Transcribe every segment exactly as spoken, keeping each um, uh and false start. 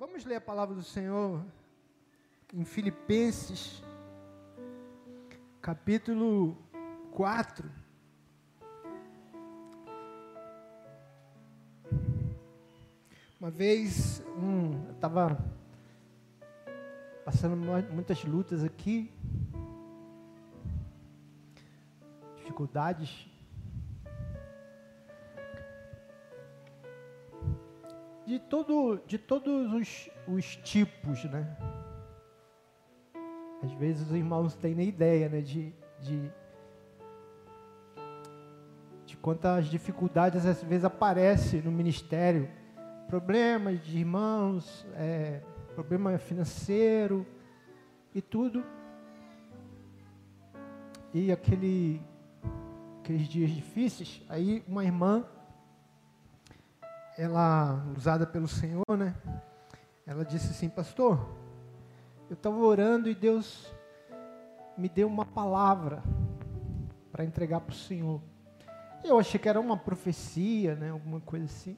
Vamos ler a palavra do Senhor em Filipenses, capítulo quatro. Uma vez, um, eu estava passando muitas lutas aqui, dificuldades, de, todo, de todos os, os tipos, né? Às vezes os irmãos não têm nem ideia, né, de, de, de quantas dificuldades às vezes aparecem no ministério. Problemas de irmãos, é, problema financeiro e tudo. E aquele, aqueles dias difíceis, aí uma irmã, ela, usada pelo Senhor, né? Ela disse assim: pastor, eu estava orando e Deus me deu uma palavra para entregar para o Senhor. Eu achei que era uma profecia, né? Alguma coisa assim.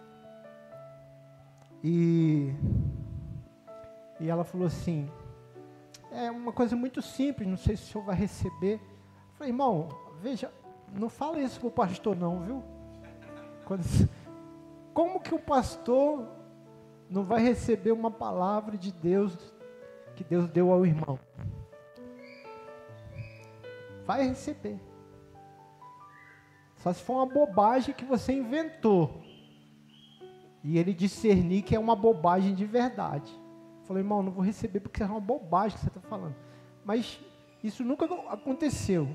E, e ela falou assim, é uma coisa muito simples, não sei se o senhor vai receber. Eu falei, irmão, veja, não fala isso para o pastor não, viu? Quando, como que o pastor não vai receber uma palavra de Deus, que Deus deu ao irmão? Vai receber. Só se for uma bobagem que você inventou. E ele discernir que é uma bobagem de verdade. Falei, irmão, não vou receber porque é uma bobagem que você está falando. Mas isso nunca aconteceu.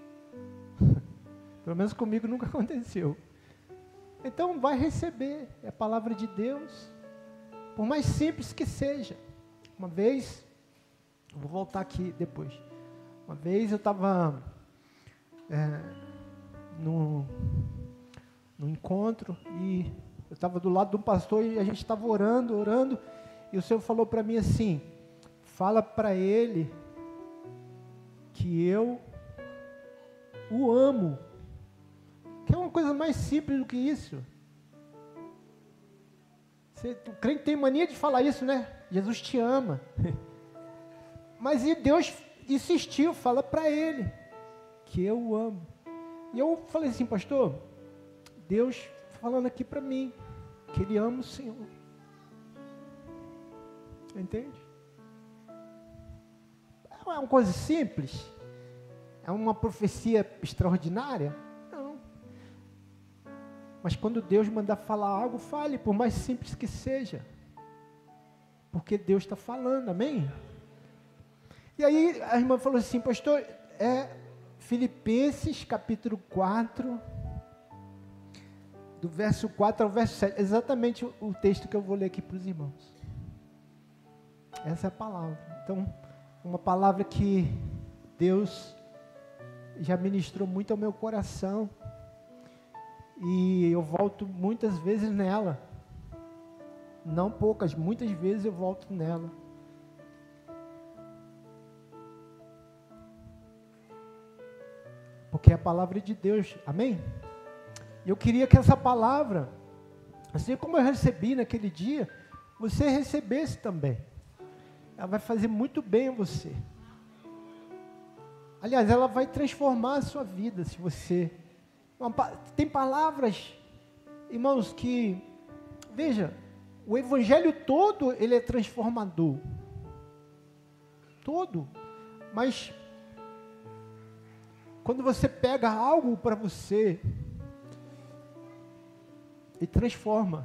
Pelo menos comigo nunca aconteceu. Então vai receber. É a palavra de Deus. Por mais simples que seja. Uma vez, eu vou voltar aqui depois. Uma vez eu estava é, no, no encontro e eu estava do lado de um pastor e a gente estava orando, orando, e o Senhor falou para mim assim, fala para ele que eu o amo. Que é uma coisa mais simples do que isso. Você, o crente tem mania de falar isso, né? Jesus te ama. Mas e Deus insistiu, fala para ele que eu o amo. E eu falei assim, pastor, Deus falando aqui para mim, que Ele ama o Senhor. Entende? É uma coisa simples? É uma profecia extraordinária? Não. Mas quando Deus mandar falar algo, fale, por mais simples que seja. Porque Deus está falando, amém? E aí a irmã falou assim, pastor, é Filipenses capítulo quatro, do verso quatro ao verso sete, exatamente o, o texto que eu vou ler aqui para os irmãos. Essa é a palavra. Então, uma palavra que Deus já ministrou muito ao meu coração, e eu volto muitas vezes nela, não poucas, muitas vezes eu volto nela. Porque é a palavra de Deus, amém? Eu queria que essa palavra, assim como eu recebi naquele dia, você recebesse também. Ela vai fazer muito bem a você. Aliás, ela vai transformar a sua vida, se você... Uma, tem palavras, irmãos, que... Veja, o evangelho todo, ele é transformador. Todo. Mas, quando você pega algo para você e transforma.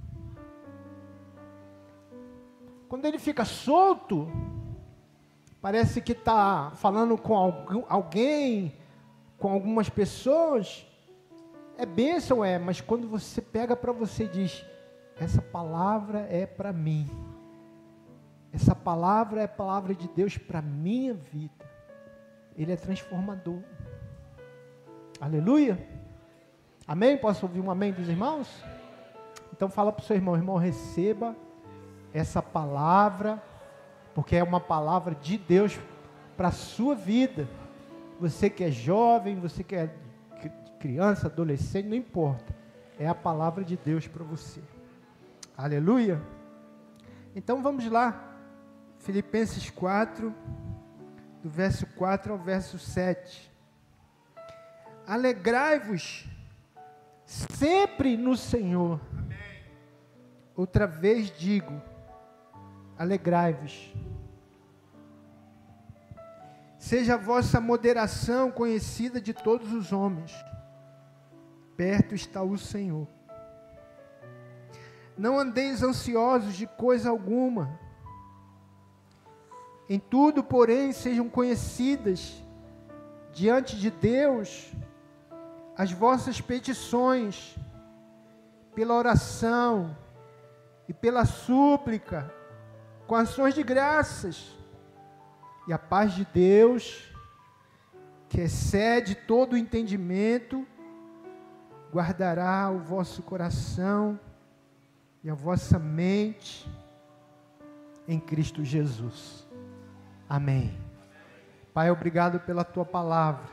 Quando ele fica solto, parece que está falando com alguém, com algumas pessoas, é bênção, é, mas quando você pega para você e diz, essa palavra é para mim, essa palavra é a palavra de Deus para a minha vida, ele é transformador. Aleluia! Amém? Posso ouvir um amém dos irmãos? Então fala para o seu irmão, irmão, receba essa palavra, porque é uma palavra de Deus para a sua vida. Você que é jovem, você que é criança, adolescente, não importa. É a palavra de Deus para você. Aleluia! Então vamos lá, Filipenses quatro, do verso quatro ao verso sete. Alegrai-vos sempre no Senhor. Amém. Outra vez digo, alegrai-vos. Seja a vossa moderação conhecida de todos os homens. Perto está o Senhor. Não andeis ansiosos de coisa alguma. Em tudo, porém, sejam conhecidas diante de Deus as vossas petições, pela oração e pela súplica, com ações de graças. E a paz de Deus, que excede todo o entendimento, guardará o vosso coração e a vossa mente em Cristo Jesus. Amém. Pai, obrigado pela tua palavra.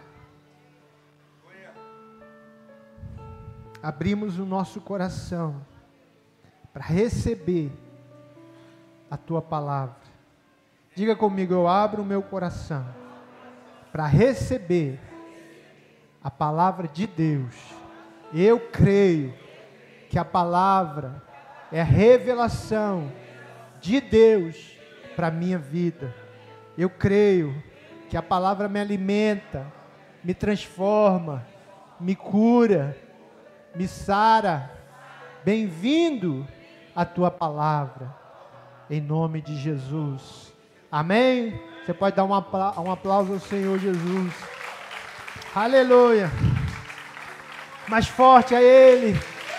Abrimos o nosso coração para receber a tua palavra. Diga comigo, eu abro o meu coração para receber a palavra de Deus. Eu creio que a palavra é a revelação de Deus para a minha vida. Eu creio que a palavra me alimenta, me transforma, me cura, me sara. Bem-vindo a tua palavra, em nome de Jesus. Amém? Você pode dar um apla- um aplauso ao Senhor Jesus. Aleluia. Mais forte a Ele.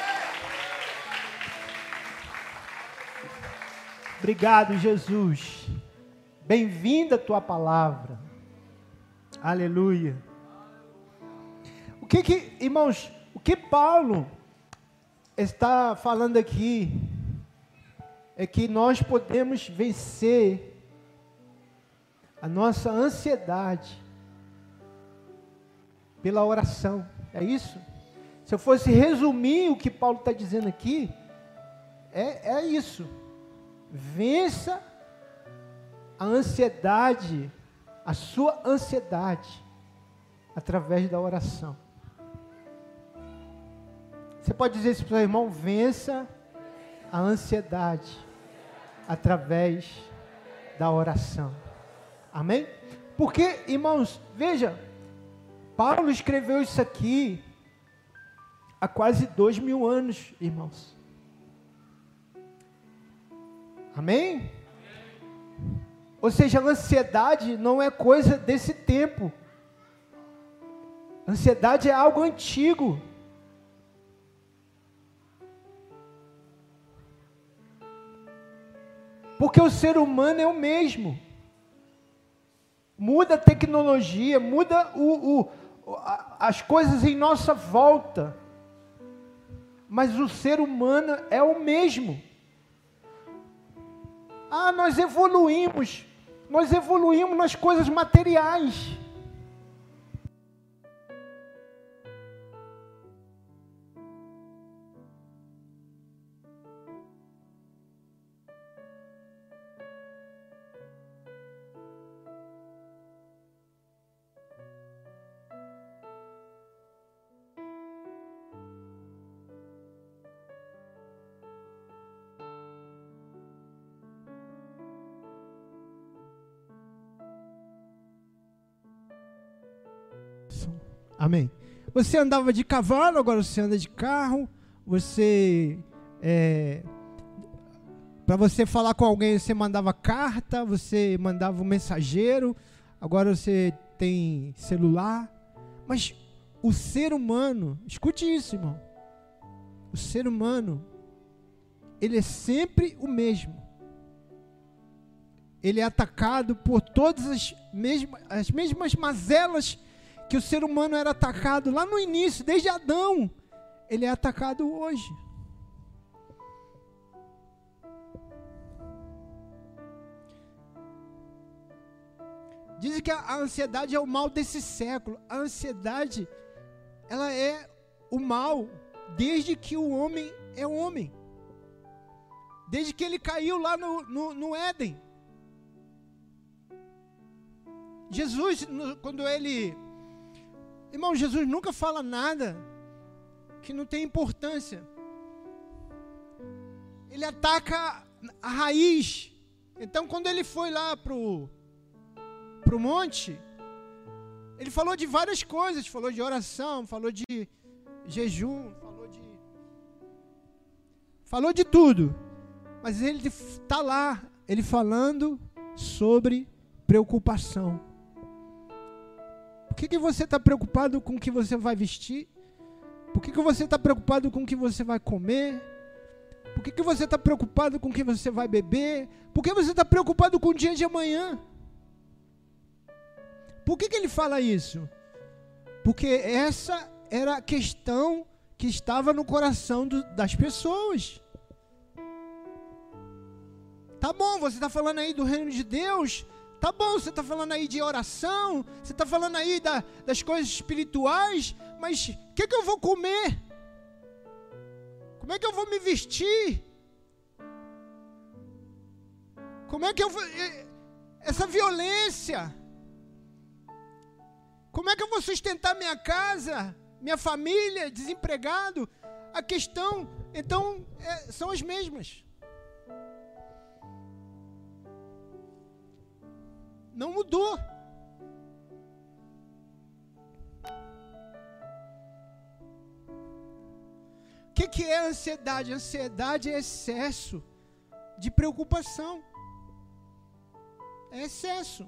Obrigado, Jesus. Bem-vinda a tua palavra. Aleluia. O que que, irmãos, o que Paulo está falando aqui é que nós podemos vencer a nossa ansiedade pela oração. É isso? Se eu fosse resumir o que Paulo está dizendo aqui, é, é isso. Vença a ansiedade, a sua ansiedade, através da oração. Você pode dizer isso para o seu irmão: vença a ansiedade através da oração. Amém? Porque, irmãos, veja, Paulo escreveu isso aqui há quase dois mil anos, irmãos. Amém? Ou seja, a ansiedade não é coisa desse tempo. A ansiedade é algo antigo. Porque o ser humano é o mesmo. Muda a tecnologia, muda o, o, as coisas em nossa volta. Mas o ser humano é o mesmo. Ah, nós evoluímos. Nós evoluímos nas coisas materiais. Amém. Você andava de cavalo, agora você anda de carro. Você, é, para você falar com alguém, você mandava carta, você mandava um mensageiro. Agora você tem celular. Mas o ser humano, escute isso, irmão. O ser humano, ele é sempre o mesmo. Ele é atacado por todas as mesmas, as mesmas mazelas que o ser humano era atacado lá no início, desde Adão. Ele é atacado hoje. Dizem que a ansiedade é o mal desse século. A ansiedade, ela é o mal desde que o homem é homem. desde que ele caiu lá no, no, no Éden. Jesus, quando ele... Irmão, Jesus nunca fala nada que não tem importância. Ele ataca a raiz. Então, quando ele foi lá pro, pro monte, ele falou de várias coisas. Falou de oração, falou de jejum, falou de... Falou de tudo. Mas ele está lá, ele falando sobre preocupação. Por que, que você está preocupado com o que você vai vestir? Por que, que você está preocupado com o que você vai comer? Por que, que você está preocupado com o que você vai beber? Por que você está preocupado com o dia de amanhã? Por que, que ele fala isso? Porque essa era a questão que estava no coração do, das pessoas. Tá bom, você está falando aí do reino de Deus... Tá bom, você está falando aí de oração, você está falando aí da, das coisas espirituais, mas o que, que eu vou comer? Como é que eu vou me vestir? Como é que eu vou... Essa violência. Como é que eu vou sustentar minha casa, minha família, desempregado? A questão, então, é, são as mesmas. Não mudou. O que, que é ansiedade? Ansiedade é excesso de preocupação. É excesso.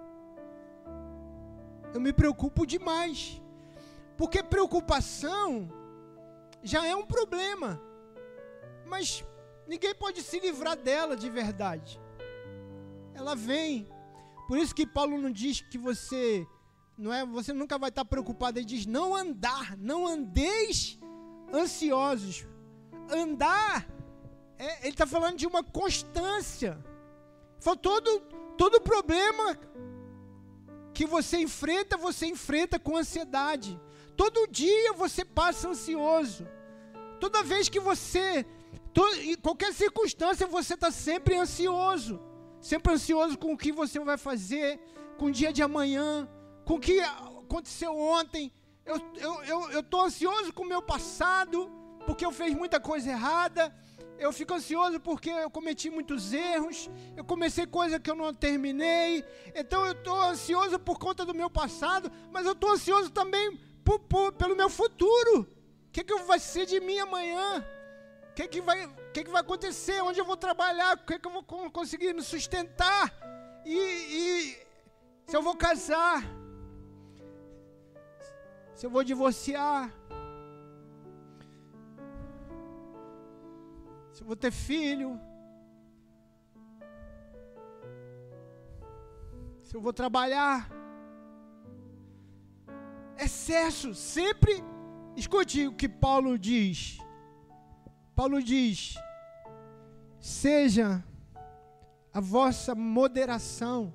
Eu me preocupo demais. Porque preocupação já é um problema. Mas ninguém pode se livrar dela de verdade. Ela vem. Por isso que Paulo não diz que você, não é, você nunca vai estar preocupado. Ele diz, não andar, não andeis ansiosos. Andar, é, ele está falando de uma constância. Todo, todo problema que você enfrenta, você enfrenta com ansiedade. Todo dia você passa ansioso. Toda vez que você, to, em qualquer circunstância, você está sempre ansioso. Sempre ansioso com o que você vai fazer, com o dia de amanhã, com o que aconteceu ontem. Eu eu, eu, eu tô ansioso com o meu passado, porque eu fiz muita coisa errada. Eu fico ansioso porque eu cometi muitos erros. Eu comecei coisa que eu não terminei. Então eu estou ansioso por conta do meu passado, mas eu estou ansioso também por, por, pelo meu futuro. O que, que vai ser de mim amanhã? O que, que, vai, que, que vai acontecer? Onde eu vou trabalhar? O que, que eu vou conseguir me sustentar? E, e se eu vou casar? Se eu vou divorciar? Se eu vou ter filho? Se eu vou trabalhar? Excesso, sempre. Escute o que Paulo diz. Paulo diz, seja a vossa moderação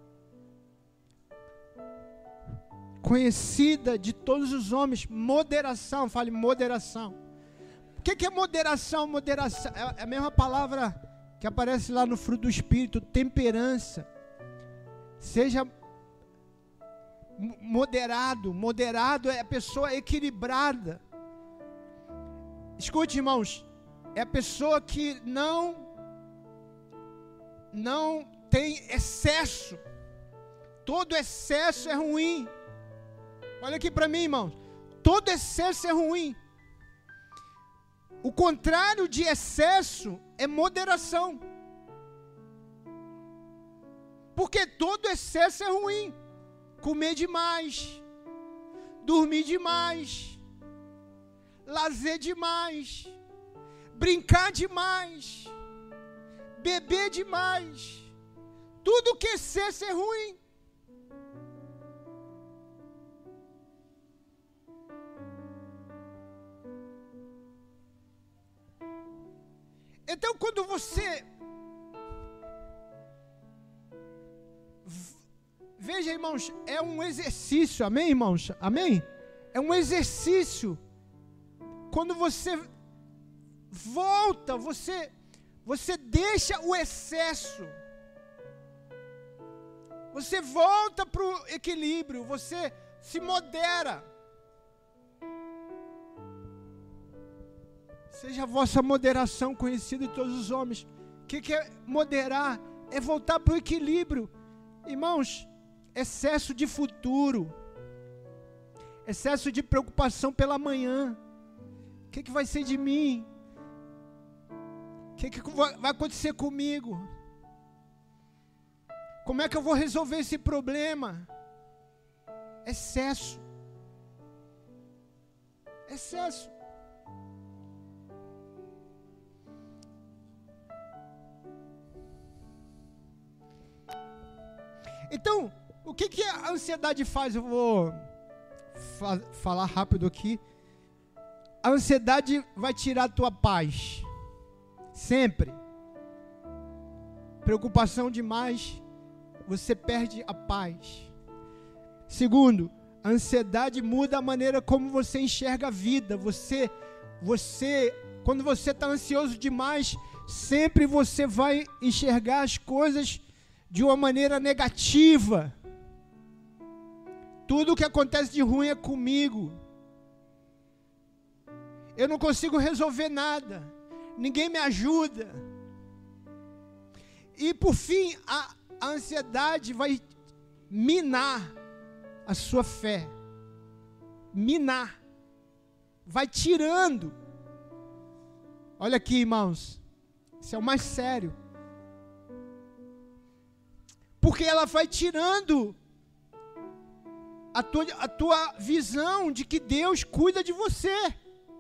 conhecida de todos os homens. Moderação, fale moderação. O que, que é moderação? Moderação é a mesma palavra que aparece lá no fruto do Espírito, temperança. Seja moderado, moderado é a pessoa equilibrada. Escute, irmãos, é a pessoa que não, não tem excesso. Todo excesso é ruim. Olha aqui para mim, irmãos. Todo excesso é ruim. O contrário de excesso é moderação. Porque todo excesso é ruim. Comer demais, dormir demais, lazer demais, brincar demais, beber demais. Tudo que é excesso é ruim. Então, quando você... Veja, irmãos, é um exercício, amém, irmãos? Amém? É um exercício. Quando você volta, você, você deixa o excesso, você volta para o equilíbrio, você se modera. Seja a vossa moderação conhecida de todos os homens. O que, que é moderar? É voltar para o equilíbrio. Irmãos, excesso de futuro, excesso de preocupação pela manhã. O que, que vai ser de mim? O que, que vai acontecer comigo? Como é que eu vou resolver esse problema? Excesso. Excesso. Então, o que, que a ansiedade faz? Eu vou fa- falar rápido aqui. A ansiedade vai tirar a tua paz. Sempre. Preocupação demais, você perde a paz. Segundo, a ansiedade muda a maneira como você enxerga a vida. Você, você, quando você está ansioso demais, sempre você vai enxergar as coisas de uma maneira negativa. Tudo o que acontece de ruim é comigo. Eu não consigo resolver nada. Ninguém me ajuda. E por fim, a, a ansiedade vai minar a sua fé. Minar. Vai tirando. Olha aqui, irmãos. Isso é o mais sério. Porque ela vai tirando a tua, a tua visão de que Deus cuida de você.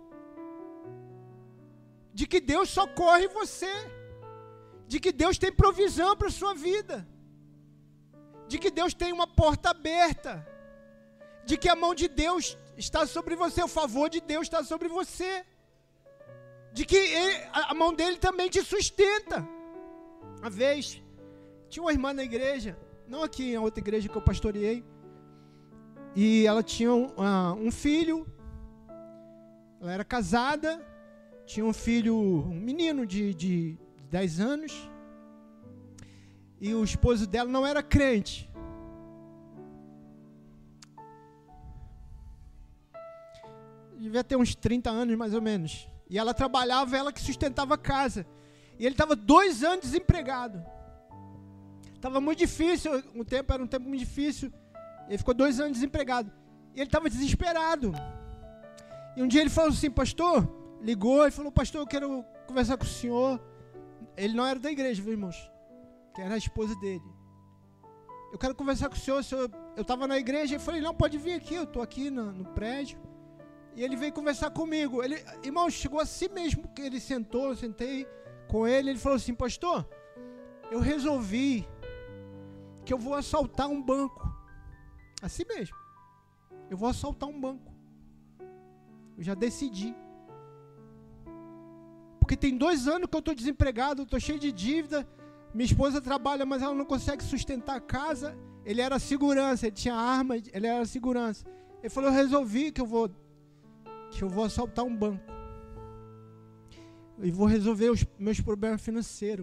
De que Deus socorre você. De que Deus tem provisão para a sua vida. De que Deus tem uma porta aberta. De que a mão de Deus está sobre você, o favor de Deus está sobre você. De que ele, a mão dele também te sustenta. Uma vez, tinha uma irmã na igreja, não aqui, em outra igreja que eu pastoreei, e ela tinha um, uh, um filho, ela era casada, tinha um filho, um menino de, de dez anos, e o esposo dela não era crente. Devia ter uns trinta anos mais ou menos, e ela trabalhava, ela que sustentava a casa, e ele estava dois anos desempregado. Estava muito difícil, o tempo era um tempo muito difícil. Ele ficou dois anos desempregado. E ele estava desesperado. E um dia ele falou assim, pastor, ligou e falou, pastor, eu quero conversar com o senhor. Ele não era da igreja, viu, irmãos? Que era a esposa dele. Eu quero conversar com o senhor. O senhor eu estava na igreja e falei, não, pode vir aqui, eu estou aqui no, no prédio. E ele veio conversar comigo. Ele, irmãos, chegou assim mesmo que ele sentou, eu sentei com ele. Ele falou assim, pastor, eu resolvi que eu vou assaltar um banco. Assim mesmo. Eu vou assaltar um banco. Eu já decidi. Porque tem dois anos que eu estou desempregado, eu estou cheio de dívida. Minha esposa trabalha, mas ela não consegue sustentar a casa. Ele era segurança, ele tinha arma, ele era segurança. Ele falou, eu resolvi que eu vou, que eu vou assaltar um banco. E vou resolver os meus problemas financeiros.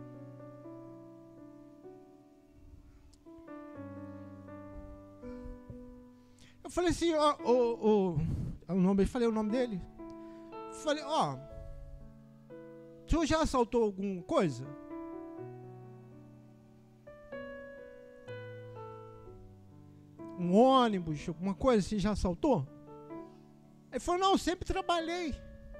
Eu falei assim, ó, ó, ó, o nome, eu falei o nome dele. Falei, ó, o senhor já assaltou alguma coisa? Um ônibus, alguma coisa, você já assaltou? Ele falou, não, eu sempre trabalhei.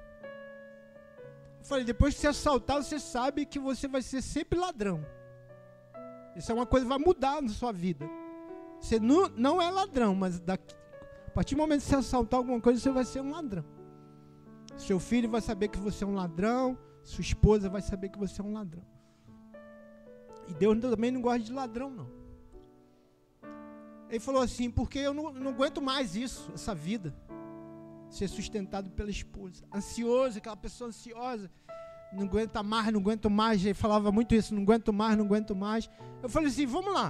Eu falei, depois que você assaltar, você sabe que você vai ser sempre ladrão. Isso é uma coisa que vai mudar na sua vida. Você não, não é ladrão, mas daqui, a partir do momento que você assaltar alguma coisa, você vai ser um ladrão. Seu filho vai saber que você é um ladrão, sua esposa vai saber que você é um ladrão. E Deus também não gosta de ladrão, não. Ele falou assim, porque eu não, não aguento mais isso, essa vida. Ser sustentado pela esposa. Ansioso, aquela pessoa ansiosa. Não aguenta mais, não aguento mais. Ele falava muito isso, não aguento mais, não aguento mais. Eu falei assim, vamos lá.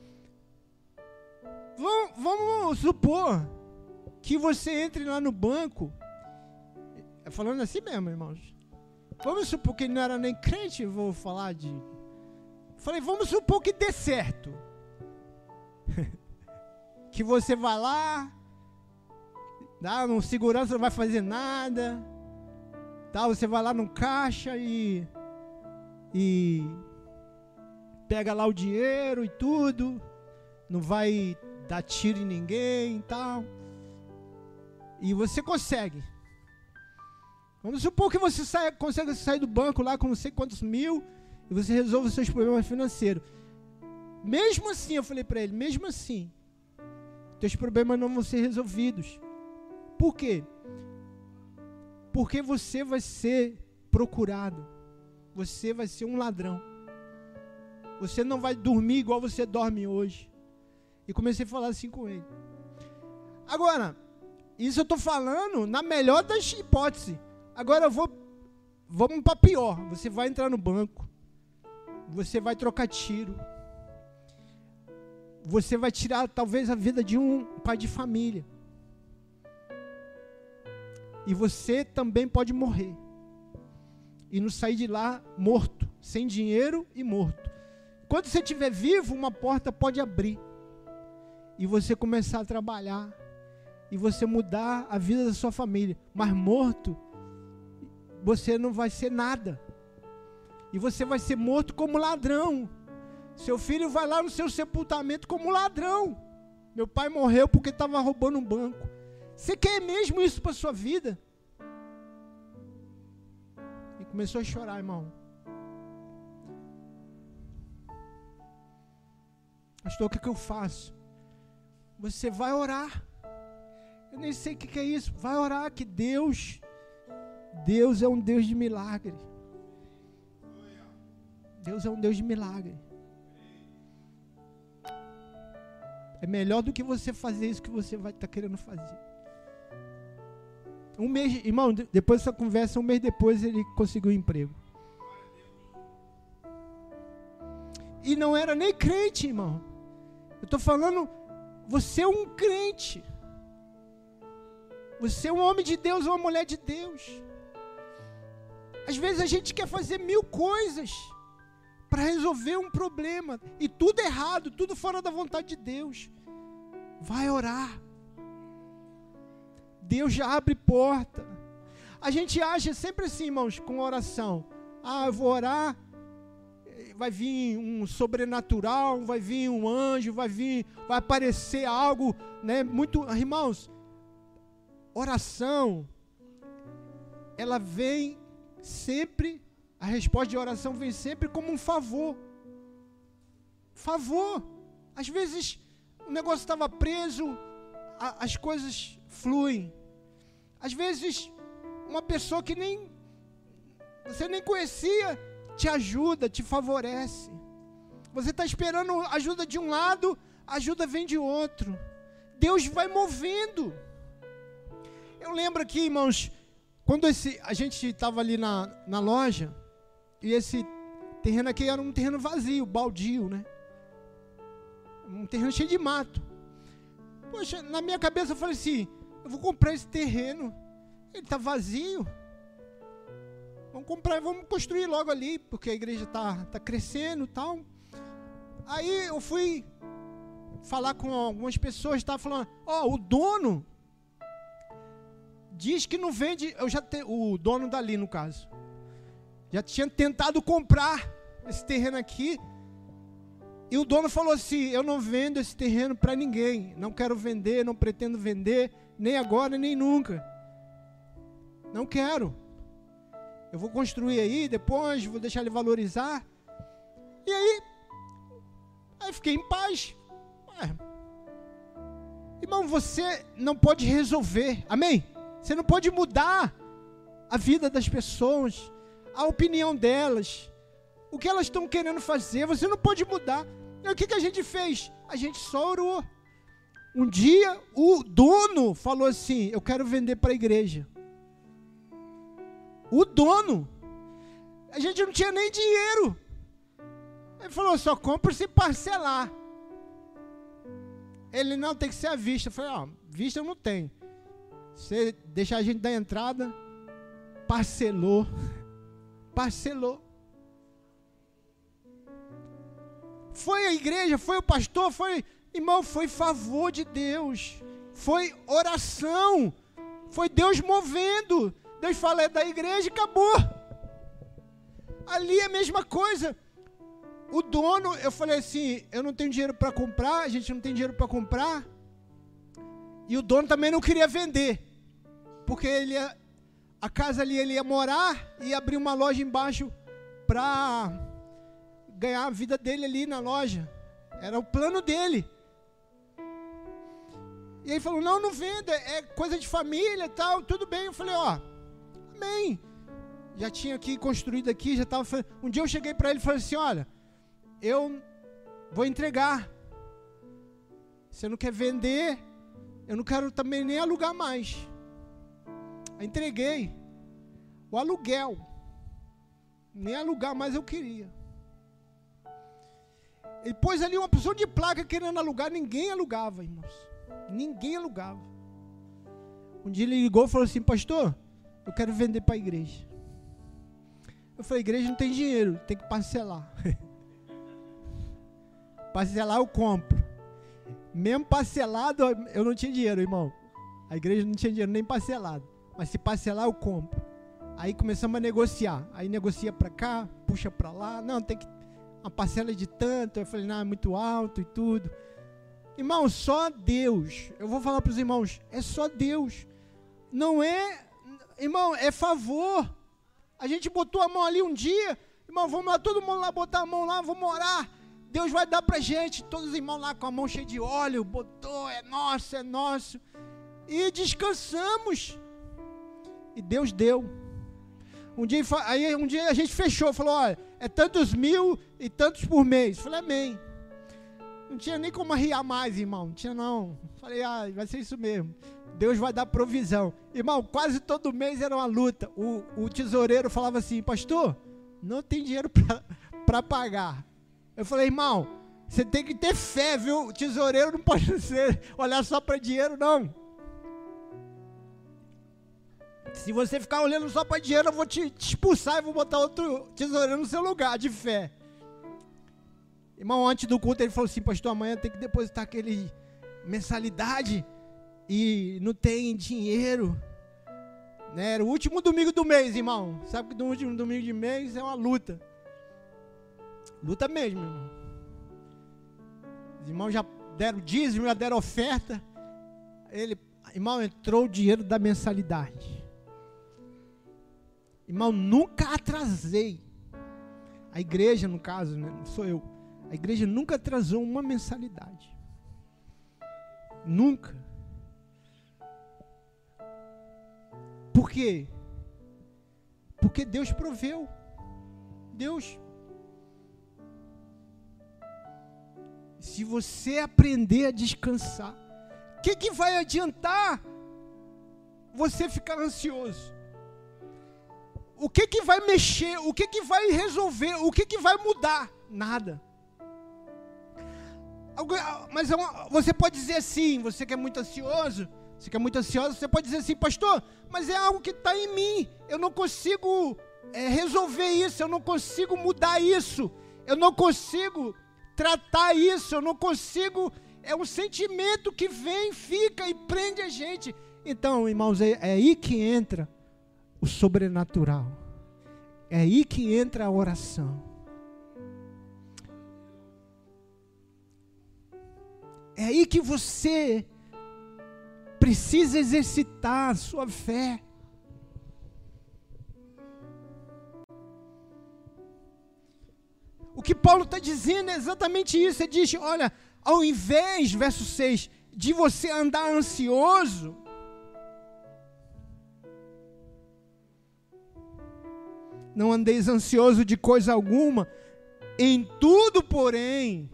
Vamos, vamos supor que você entre lá no banco, falando assim mesmo, irmãos, vamos supor que ele não era nem crente, eu vou falar de... Falei, vamos supor que dê certo. Que você vai lá, dá, no segurança não vai fazer nada, tá? Você vai lá no caixa e, e pega lá o dinheiro e tudo, não vai dar tiro em ninguém e tal, e você consegue. Vamos supor que você saia, consegue sair do banco lá com não sei quantos mil e você resolve os seus problemas financeiros. Mesmo assim, eu falei para ele, mesmo assim, teus problemas não vão ser resolvidos. Por quê? Porque você vai ser procurado. Você vai ser um ladrão. Você não vai dormir igual você dorme hoje. E comecei a falar assim com ele. Agora, isso eu estou falando na melhor das hipóteses. Agora eu vou, vamos para pior. Você vai entrar no banco. Você vai trocar tiro. Você vai tirar talvez a vida de um pai de família. E você também pode morrer. E não sair de lá morto, sem dinheiro e morto. Quando você estiver vivo, uma porta pode abrir. E você começar a trabalhar. E você mudar a vida da sua família. Mas morto, você não vai ser nada. E você vai ser morto como ladrão. Seu filho vai lá no seu sepultamento como ladrão. Meu pai morreu porque estava roubando um banco. Você quer mesmo isso para a sua vida? E começou a chorar, irmão. Pastor, o que, que eu faço? Você vai orar. Eu nem sei o que, que é isso. Vai orar que Deus, Deus é um Deus de milagre. Deus é um Deus de milagre. É melhor do que você fazer isso que você vai estar tá querendo fazer. Um mês, irmão, depois dessa conversa, um mês depois ele conseguiu um emprego. E não era nem crente, irmão. Eu estou falando, você é um crente. Você é um homem de Deus, uma mulher de Deus. Às vezes a gente quer fazer mil coisas para resolver um problema, e tudo errado, tudo fora da vontade de Deus. Vai orar. Deus já abre porta. A gente acha sempre assim, irmãos, com oração. Ah, eu vou orar, vai vir um sobrenatural, vai vir um anjo, vai vir, vai aparecer algo, né? Muito, irmãos, oração, ela vem sempre. A resposta de oração vem sempre como um favor. Favor. Às vezes o negócio estava preso, a, as coisas fluem. Às vezes uma pessoa que nem você nem conhecia te ajuda, te favorece. Você está esperando ajuda de um lado, a ajuda vem de outro. Deus vai movendo. Eu lembro aqui, irmãos, quando esse, a gente estava ali na, na loja, e esse terreno aqui era um terreno vazio, baldio, né? Um terreno cheio de mato. Poxa, na minha cabeça eu falei assim, eu vou comprar esse terreno, ele está vazio. Vamos comprar, vamos construir logo ali, porque a igreja está tá crescendo e tal. Aí eu fui falar com algumas pessoas, estava falando, ó, oh, o dono diz que não vende, eu já te, o dono dali no caso, já tinha tentado comprar esse terreno aqui, e o dono falou assim, eu não vendo esse terreno para ninguém, não quero vender, não pretendo vender, nem agora, nem nunca, não quero, eu vou construir aí, depois vou deixar ele valorizar, e aí, aí fiquei em paz. Ué, irmão, você não pode resolver, amém? Você não pode mudar a vida das pessoas, a opinião delas, o que elas estão querendo fazer, você não pode mudar. E o que, que a gente fez? A gente só orou. Um dia o dono falou assim, eu quero vender para a igreja. O dono. A gente não tinha nem dinheiro. Ele falou, só compra se parcelar. Ele, não, tem que ser à vista. Eu falei, ó, vista eu não tenho. Você deixa a gente dar entrada, parcelou. parcelou. Foi a igreja, foi o pastor, foi, irmão, foi favor de Deus, foi oração, foi Deus movendo. Deus fala, é da igreja e acabou. Ali é a mesma coisa. O dono, eu falei assim, eu não tenho dinheiro para comprar, a gente não tem dinheiro para comprar. E o dono também não queria vender, porque ele ia, a casa ali ele ia morar e abrir uma loja embaixo para ganhar a vida dele ali na loja. Era o plano dele. E aí falou, não, não venda, é coisa de família e tal, tudo bem. Eu falei, ó, amém. Já tinha aqui construído aqui, já estava. Um dia eu cheguei para ele e falei assim, olha, eu vou entregar. Você não quer vender, eu não quero também nem alugar mais. Aí entreguei o aluguel. Nem alugar mais eu queria. Ele pôs ali uma opção de placa querendo alugar, ninguém alugava, irmãos. Ninguém alugava. Um dia ele ligou e falou assim, pastor, eu quero vender para a igreja. Eu falei, igreja não tem dinheiro, tem que parcelar. Parcelar eu compro. Mesmo parcelado, eu não tinha dinheiro, irmão. A igreja não tinha dinheiro nem parcelado. Mas se parcelar, eu compro. Aí começamos a negociar. Aí negocia para cá, puxa para lá. Não, tem que... uma parcela de tanto. Eu falei, não, é muito alto e tudo. Irmão, só Deus. Eu vou falar para os irmãos, é só Deus. Não é... Irmão, é favor. A gente botou a mão ali um dia. Irmão, vamos lá, todo mundo lá botar a mão lá, vamos orar. Deus vai dar pra gente, todos os irmãos lá com a mão cheia de óleo, botou, é nosso, é nosso. E descansamos. E Deus deu. Um dia, aí um dia a gente fechou, falou, olha, é tantos mil e tantos por mês. Falei, amém. Não tinha nem como arriar mais, irmão, não tinha não. Falei, ah, vai ser isso mesmo. Deus vai dar provisão. Irmão, quase todo mês era uma luta. O, o tesoureiro falava assim, pastor, não tem dinheiro para pagar. Eu falei, irmão, você tem que ter fé, viu? O tesoureiro não pode ser, olhar só para dinheiro, não. Se você ficar olhando só para dinheiro, eu vou te, te expulsar e vou botar outro tesoureiro no seu lugar, de fé. Irmão, antes do culto ele falou assim, pastor, amanhã tem que depositar aquele mensalidade e não tem dinheiro. Né? Era o último domingo do mês, irmão. Sabe que no último domingo de mês é uma luta. Luta mesmo, irmão. Os irmãos já deram dízimo, já deram oferta. Ele, irmão, entrou o dinheiro da mensalidade. Irmão, nunca atrasei. A igreja, no caso, né, não sou eu. A igreja nunca atrasou uma mensalidade. Nunca. Por quê? Porque Deus proveu. Deus. Se você aprender a descansar, o que, que vai adiantar você ficar ansioso? O que, que vai mexer? O que, que vai resolver? O que, que vai mudar? Nada. Mas você pode dizer assim, você que é muito ansioso, você que é muito ansioso, você pode dizer assim, pastor, mas é algo que está em mim, eu não consigo é, resolver isso, eu não consigo mudar isso, eu não consigo tratar isso, eu não consigo, é um sentimento que vem, fica e prende a gente. Então, irmãos, é, é aí que entra o sobrenatural, é aí que entra a oração. É aí que você precisa exercitar a sua fé. O que Paulo está dizendo é exatamente isso. Ele diz, olha, ao invés, verso seis, de você andar ansioso, não andeis ansioso de coisa alguma, em tudo, porém,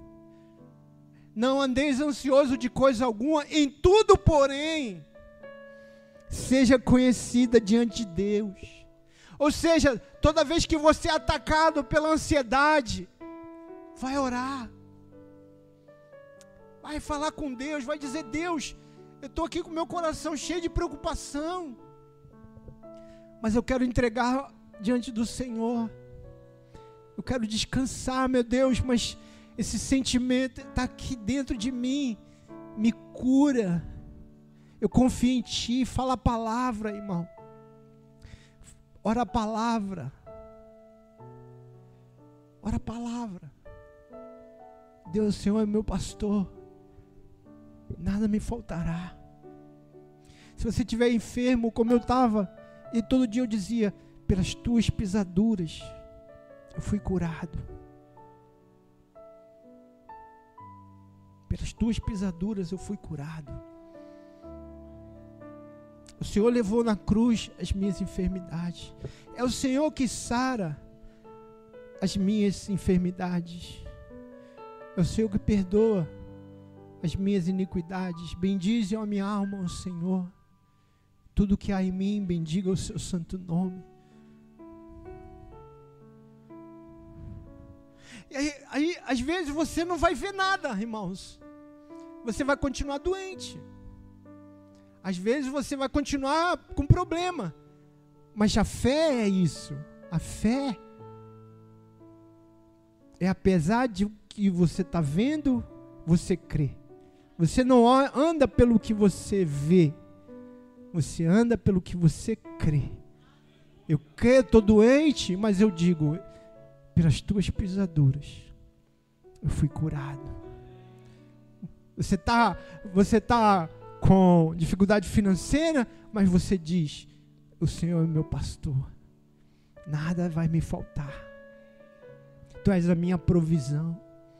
não andeis ansioso de coisa alguma, em tudo, porém, seja conhecida diante de Deus. Ou seja, toda vez que você é atacado pela ansiedade, vai orar. Vai falar com Deus, vai dizer, Deus, eu estou aqui com meu coração cheio de preocupação, mas eu quero entregar diante do Senhor. Eu quero descansar, meu Deus, mas esse sentimento está aqui dentro de mim. Me cura. Eu confio em Ti. Fala a palavra, irmão. Ora a palavra. Ora a palavra. Deus, o Senhor é meu pastor. Nada me faltará. Se você estiver enfermo, como eu estava, e todo dia eu dizia, pelas Tuas pisaduras, eu fui curado. Pelas Tuas pisaduras eu fui curado. O Senhor levou na cruz as minhas enfermidades. É o Senhor que sara as minhas enfermidades. É o Senhor que perdoa as minhas iniquidades. Bendize a minha alma o Senhor. Tudo que há em mim, bendiga o seu santo nome. E aí, aí, às vezes, você não vai ver nada, irmãos. Você vai continuar doente. Às vezes, você vai continuar com problema. Mas a fé é isso. A fé é, apesar de que você está vendo, você crê. Você não anda pelo que você vê. Você anda pelo que você crê. Eu creio, estou doente, mas eu digo, pelas Tuas pisaduras, eu fui curado. Você está você tá com dificuldade financeira, mas você diz, o Senhor é meu pastor. Nada vai me faltar. Tu és a minha provisão.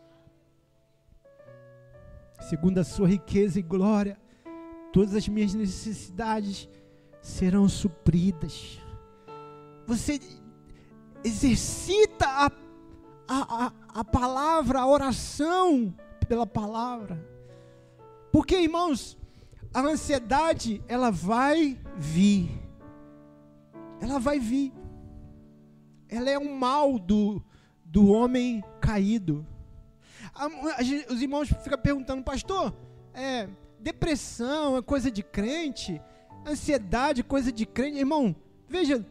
Segundo a sua riqueza e glória, todas as minhas necessidades serão supridas. Você exercita a, a, a, a palavra, a oração pela palavra. Porque, irmãos, a ansiedade, ela vai vir. Ela vai vir. Ela é um mal do, do homem caído. Os irmãos ficam perguntando, pastor, é, depressão é coisa de crente? Ansiedade é coisa de crente? Irmão, veja,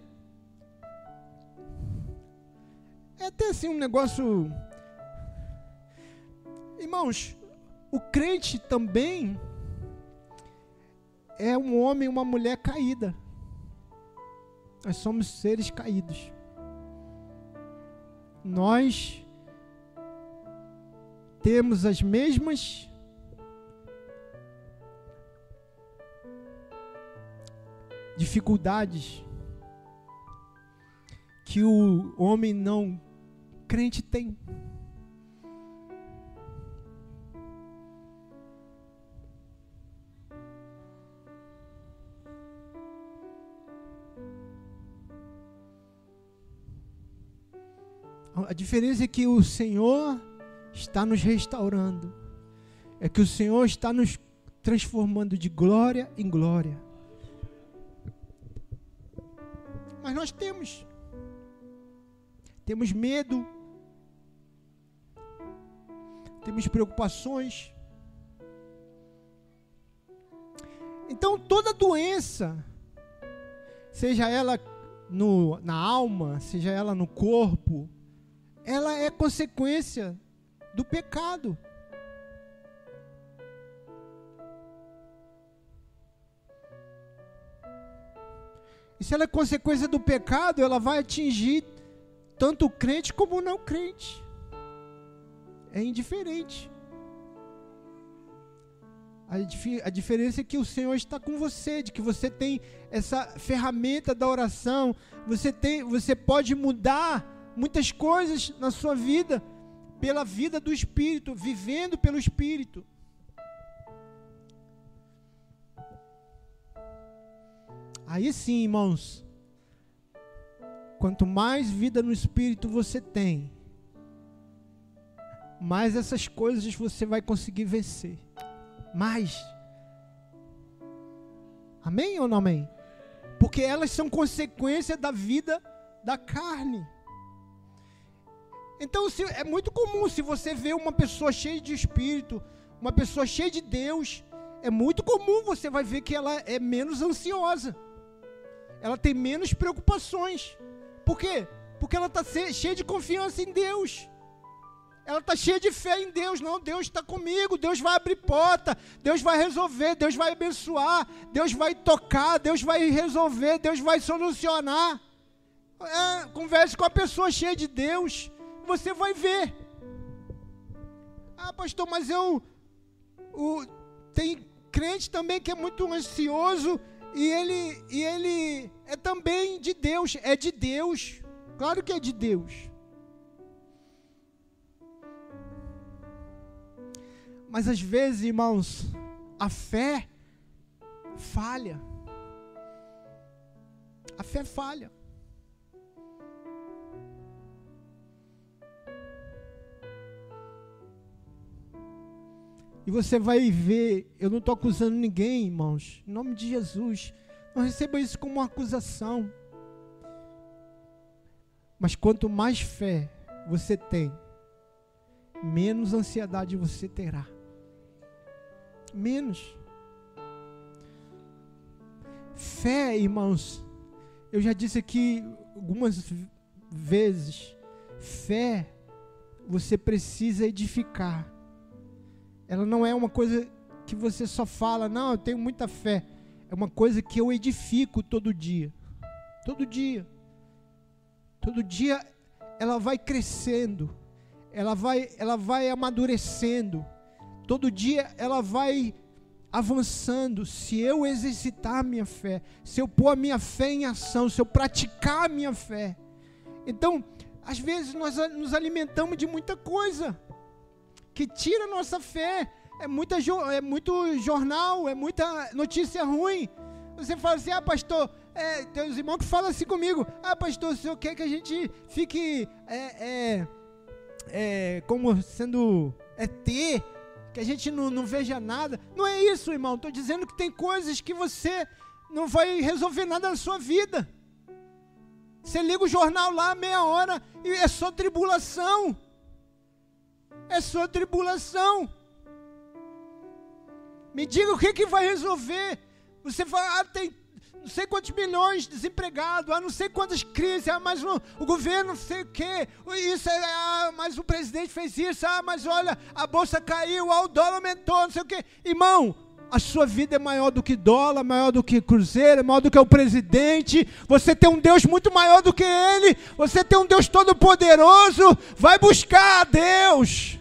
é até assim um negócio... Irmãos, o crente também é um homem e uma mulher caída. Nós somos seres caídos. Nós temos as mesmas dificuldades que o homem não crente tem. A diferença é que o Senhor está nos restaurando. É que o Senhor está nos transformando de glória em glória. Mas nós temos. Temos medo. Temos preocupações. Então toda doença, seja ela no, na alma, seja ela no corpo, ela é consequência do pecado. E se ela é consequência do pecado, ela vai atingir tanto o crente como o não crente. É indiferente. A, dif- a diferença é que o Senhor está com você, de que você tem essa ferramenta da oração, você, tem, você pode mudar muitas coisas na sua vida, pela vida do Espírito, vivendo pelo Espírito. Aí sim, irmãos, quanto mais vida no Espírito você tem, mais essas coisas você vai conseguir vencer. Mais. Amém ou não amém? Porque elas são consequência da vida da carne. Então, se, é muito comum, se você vê uma pessoa cheia de Espírito, uma pessoa cheia de Deus, é muito comum você vai ver que ela é menos ansiosa. Ela tem menos preocupações. Por quê? Porque ela está cheia de confiança em Deus. Ela está cheia de fé em Deus. Não, Deus está comigo, Deus vai abrir porta, Deus vai resolver, Deus vai abençoar, Deus vai tocar, Deus vai resolver, Deus vai solucionar. É, converse com a pessoa cheia de Deus, você vai ver. Ah, pastor, mas eu... O, tem crente também que é muito ansioso e ele, e ele é também de Deus. É de Deus. Claro que é de Deus. Mas às vezes, irmãos, a fé falha. A fé falha. E você vai ver, eu não estou acusando ninguém, irmãos, em nome de Jesus, não receba isso como uma acusação. Mas quanto mais fé você tem, menos ansiedade você terá. Menos. Fé, irmãos, eu já disse aqui algumas vezes, fé você precisa edificar. Ela não é uma coisa que você só fala, não, eu tenho muita fé. É uma coisa que eu edifico todo dia. Todo dia. Todo dia ela vai crescendo. Ela vai, ela vai amadurecendo. Todo dia ela vai avançando. Se eu exercitar a minha fé, se eu pôr a minha fé em ação, se eu praticar a minha fé. Então, às vezes nós nos alimentamos de muita coisa que tira a nossa fé. É, muita, é muito jornal, é muita notícia ruim. Você fala assim, ah pastor, é, tem os irmãos que falam assim comigo, ah pastor, o senhor quer que a gente fique é, é, é, como sendo E T, que a gente não, não veja nada. Não é isso, irmão, estou dizendo que tem coisas que você não vai resolver nada na sua vida. Você liga o jornal lá, meia hora, e é só tribulação. É só tribulação. Me diga o que, que vai resolver. Você fala, ah, tem não sei quantos milhões de desempregados, ah, não sei quantas crises, ah, mas o, o governo não sei o quê, isso, ah, mas o presidente fez isso, ah, mas olha, a bolsa caiu, ah, o dólar aumentou, não sei o quê. Irmão, a sua vida é maior do que dólar, maior do que cruzeiro, é maior do que o presidente. Você tem um Deus muito maior do que ele. Você tem um Deus todo poderoso. Vai buscar a Deus.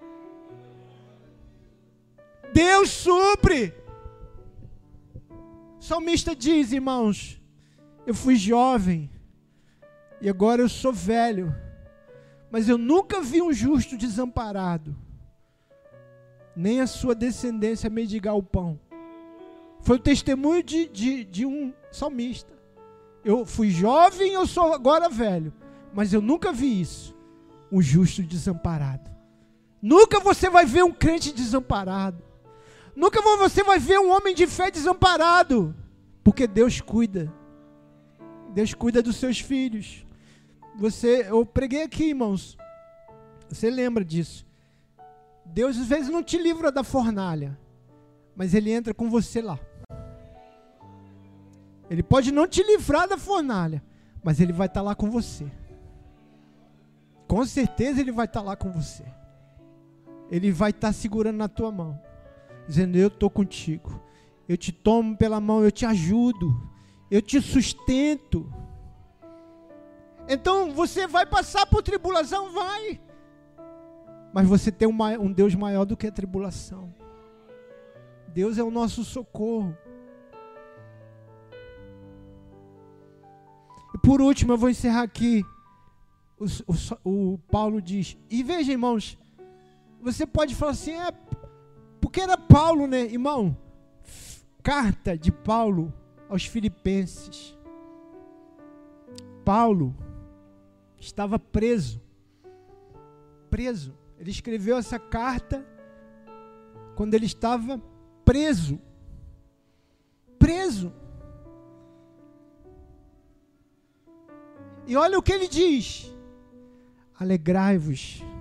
Deus supre. O salmista diz, irmãos, eu fui jovem e agora eu sou velho, mas eu nunca vi um justo desamparado, nem a sua descendência mendigar o pão. Foi o testemunho de, de, de um salmista. Eu fui jovem, eu sou agora velho, mas eu nunca vi isso, um justo desamparado. Nunca você vai ver um crente desamparado. Nunca você vai ver um homem de fé desamparado, porque Deus cuida. Deus cuida dos seus filhos. Você, eu preguei aqui, irmãos, você lembra disso? Deus às vezes não te livra da fornalha, mas Ele entra com você lá. Ele pode não te livrar da fornalha, mas Ele vai estar lá com você. Com certeza Ele vai estar lá com você. Ele vai estar segurando na tua mão, dizendo, eu estou contigo, eu te tomo pela mão, eu te ajudo, eu te sustento. Então você vai passar por tribulação, vai, mas você tem um, um Deus maior do que a tribulação. Deus é o nosso socorro. E por último, eu vou encerrar aqui. O, o, o Paulo diz, e veja, irmãos, você pode falar assim, é, porque era Paulo, né, irmão? Carta de Paulo aos Filipenses. Paulo estava preso. Preso. Ele escreveu essa carta quando ele estava preso. Preso. E olha o que ele diz. Alegrai-vos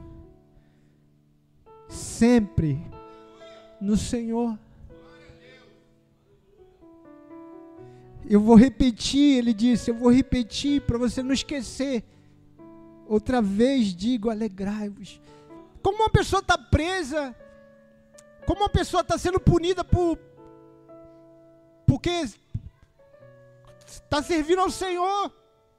sempre no Senhor. eu vou repetir, ele disse, eu vou repetir para você não esquecer. Outra vez digo, alegrai-vos. Como uma pessoa está presa, como uma pessoa está sendo punida por, porque está servindo ao Senhor.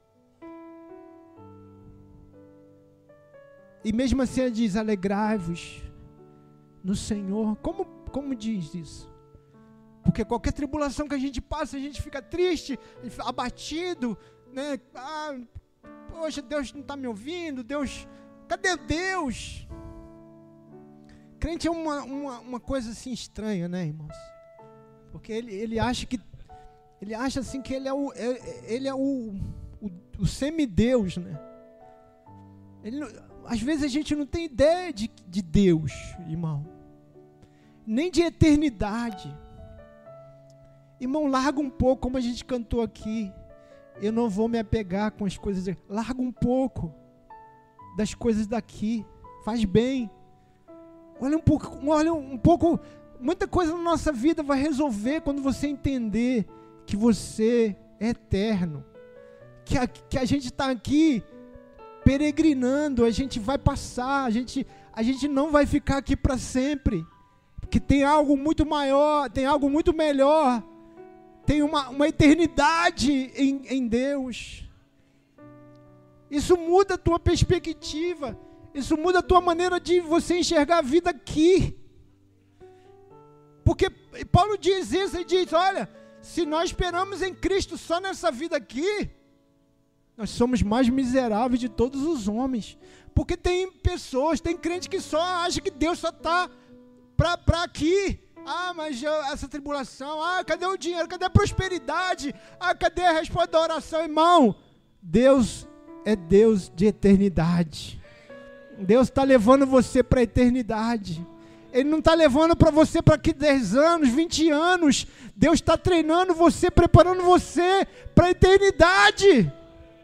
E mesmo assim ele diz, alegrai-vos no Senhor. Como, como diz isso? Porque qualquer tribulação que a gente passa, a gente fica triste, abatido, né? Ah, poxa, Deus não está me ouvindo, Deus, cadê Deus? Crente é uma, uma, uma coisa assim estranha, né, irmãos? Porque ele, ele acha que, ele acha assim que ele é o, ele é o, o, o semideus, né? Ele, às vezes a gente não tem ideia de, de Deus, irmão, nem de eternidade. Irmão, larga um pouco, como a gente cantou aqui. Eu não vou me apegar com as coisas. De... Larga um pouco das coisas daqui. Faz bem. Olha um pouco, olha um pouco. Muita coisa na nossa vida vai resolver quando você entender que você é eterno. Que a, que a gente está aqui peregrinando. A gente vai passar. A gente, a gente não vai ficar aqui para sempre. Porque tem algo muito maior, tem algo muito melhor. Tem uma, uma eternidade em, em Deus. Isso muda a tua perspectiva. Isso muda a tua maneira de você enxergar a vida aqui. Porque Paulo diz isso, ele diz, olha, se nós esperamos em Cristo só nessa vida aqui, nós somos mais miseráveis de todos os homens. Porque tem pessoas, tem crentes que só acham que Deus só está para aqui. Ah, mas eu, essa tribulação, ah, cadê o dinheiro, cadê a prosperidade, ah, cadê a resposta da oração, irmão? Deus é Deus de eternidade. Deus está levando você para a eternidade. Ele não está levando para você para aqui dez anos, vinte anos. Deus está treinando você, preparando você para a eternidade.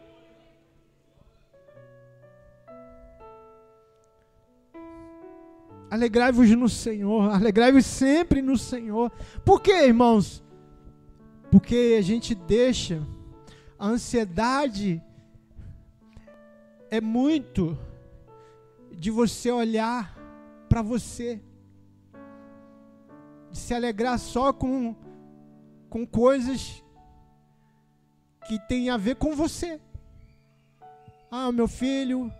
Alegrai-vos no Senhor, alegrai-vos sempre no Senhor. Por quê, irmãos? Porque a gente deixa, a ansiedade é muito de você olhar para você, de se alegrar só com, com coisas que tem a ver com você. Ah, meu filho,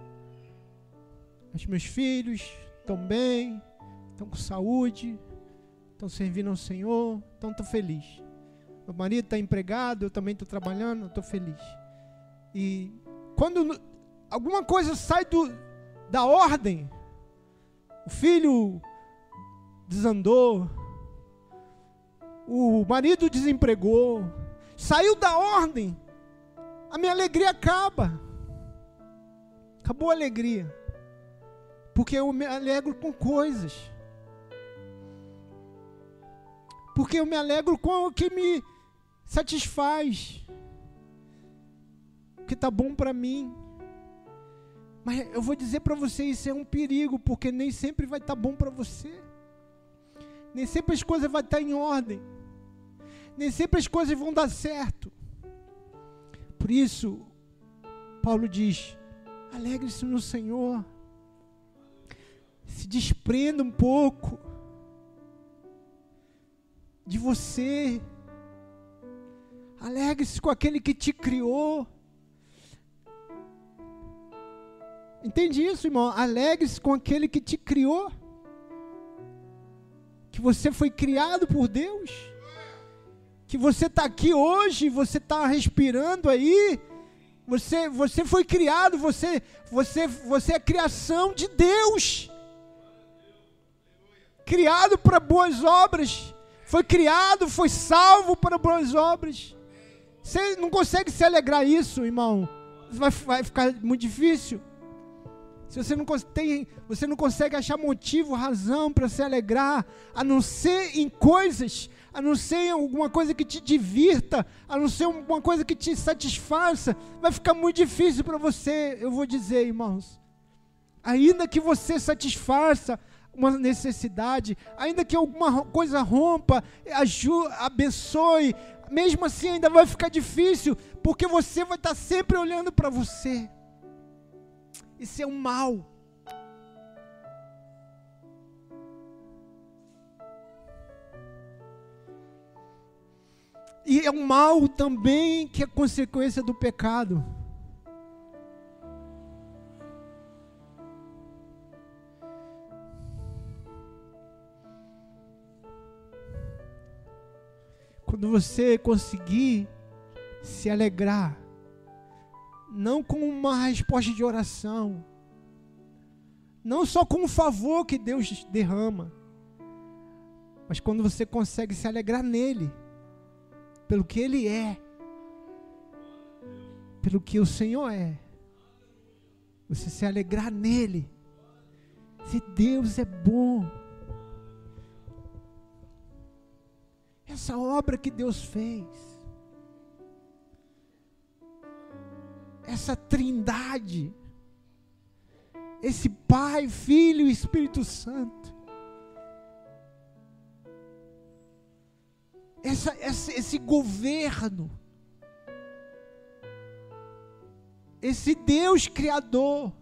os meus filhos estão bem, estão com saúde, estão servindo ao Senhor, então estou feliz. Meu marido está empregado, eu também estou trabalhando, estou feliz. E quando alguma coisa sai do, da ordem, o filho desandou, o marido desempregou, saiu da ordem, a minha alegria acaba. Acabou a alegria. Porque eu me alegro com coisas. Porque eu me alegro com o que me satisfaz. O que está bom para mim. Mas eu vou dizer para você, isso é um perigo, porque nem sempre vai estar bom para você. Nem sempre as coisas vão estar em ordem. Nem sempre as coisas vão dar certo. Por isso, Paulo diz, alegre-se no Senhor. Se desprenda um pouco de você. Alegre-se com aquele que te criou. Entende isso, irmão? Alegre-se com aquele que te criou. Que você foi criado por Deus. Que você está aqui hoje, você está respirando aí. Você, você foi criado, você, você, você é criação de Deus. Criado para boas obras, foi criado, foi salvo para boas obras. Você não consegue se alegrar isso, irmão? Vai, vai ficar muito difícil. Se você não tem, você não consegue achar motivo, razão para se alegrar, a não ser em coisas, a não ser em alguma coisa que te divirta, a não ser alguma coisa que te satisfaça, vai ficar muito difícil para você. Eu vou dizer, irmãos, ainda que você satisfaça uma necessidade, ainda que alguma coisa rompa, ajude, abençoe, mesmo assim ainda vai ficar difícil, porque você vai estar sempre olhando para você. Isso é um mal. E é um mal também que é consequência do pecado. Quando você conseguir se alegrar, não com uma resposta de oração, não só com um favor que Deus derrama, mas quando você consegue se alegrar nele, pelo que Ele é, pelo que o Senhor é, você se alegrar nele, se Deus é bom, essa obra que Deus fez, essa trindade, esse Pai, Filho e Espírito Santo, essa, essa, esse governo, esse Deus Criador,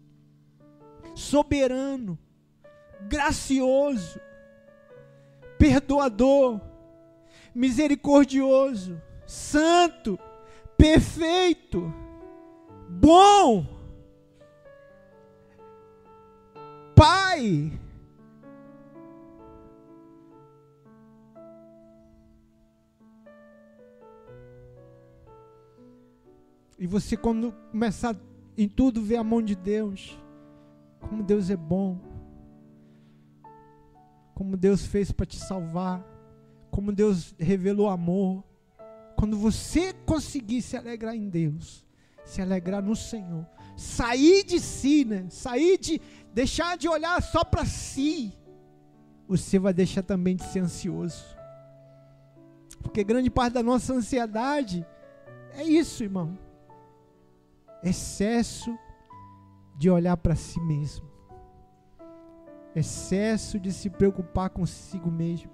soberano, gracioso, perdoador, misericordioso, santo, perfeito, bom, Pai, e você, quando começar em tudo ver a mão de Deus, como Deus é bom, como Deus fez para te salvar, como Deus revelou amor, quando você conseguir se alegrar em Deus, se alegrar no Senhor, sair de si, né? Sair de, deixar de olhar só para si, você vai deixar também de ser ansioso, porque grande parte da nossa ansiedade é isso, irmão, excesso de olhar para si mesmo, excesso de se preocupar consigo mesmo.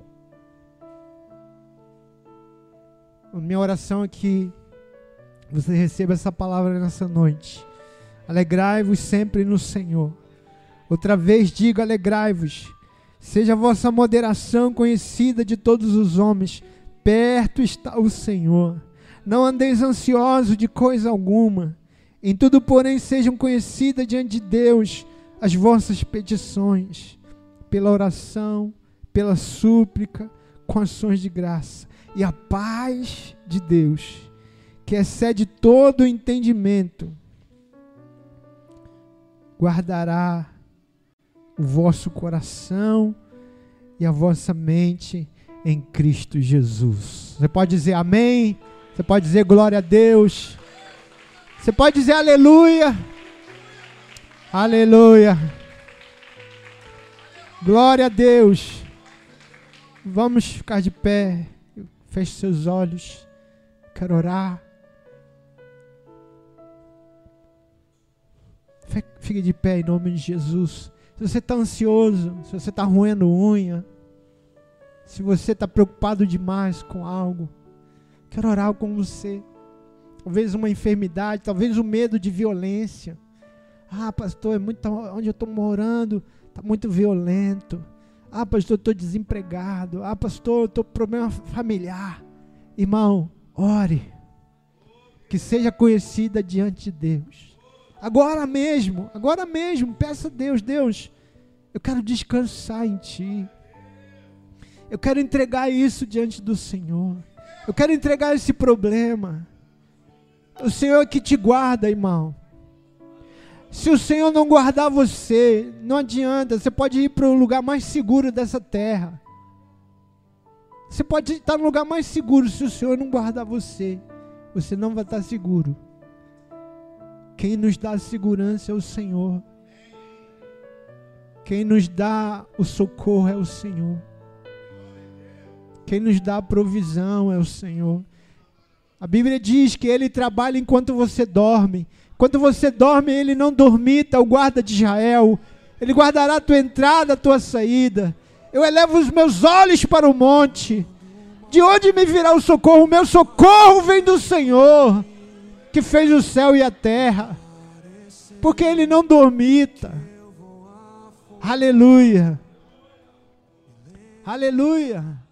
A minha oração é que você receba essa palavra nessa noite. Alegrai-vos sempre no Senhor. Outra vez digo, alegrai-vos. Seja a vossa moderação conhecida de todos os homens. Perto está o Senhor. Não andeis ansiosos de coisa alguma. Em tudo, porém, sejam conhecidas diante de Deus as vossas petições, pela oração, pela súplica, com ações de graça. E a paz de Deus, que excede todo o entendimento, guardará o vosso coração e a vossa mente em Cristo Jesus. Você pode dizer amém? Você pode dizer glória a Deus? Você pode dizer aleluia? Aleluia! Glória a Deus! Vamos ficar de pé. Feche seus olhos. Quero orar. Fique de pé em nome de Jesus. Se você está ansioso, se você está roendo unha, se você está preocupado demais com algo, quero orar com você. Talvez uma enfermidade, talvez o medo de violência. Ah, pastor, é muito, onde eu estou morando está muito violento. Ah, pastor, eu estou desempregado. Ah, pastor, eu estou com problema familiar. Irmão, ore. Que seja conhecida diante de Deus. Agora mesmo, agora mesmo, peça a Deus, Deus, eu quero descansar em Ti. Eu quero entregar isso diante do Senhor. Eu quero entregar esse problema. O Senhor é que te guarda, irmão. Se o Senhor não guardar você, não adianta, você pode ir para o lugar mais seguro dessa terra. Você pode estar no lugar mais seguro, se o Senhor não guardar você, você não vai estar seguro. Quem nos dá a segurança é o Senhor. Quem nos dá o socorro é o Senhor. Quem nos dá a provisão é o Senhor. A Bíblia diz que Ele trabalha enquanto você dorme. Quando você dorme, Ele não dormita, o guarda de Israel. Ele guardará a tua entrada, a tua saída. Eu elevo os meus olhos para o monte. De onde me virá o socorro? O meu socorro vem do Senhor, que fez o céu e a terra. Porque Ele não dormita. Aleluia. Aleluia.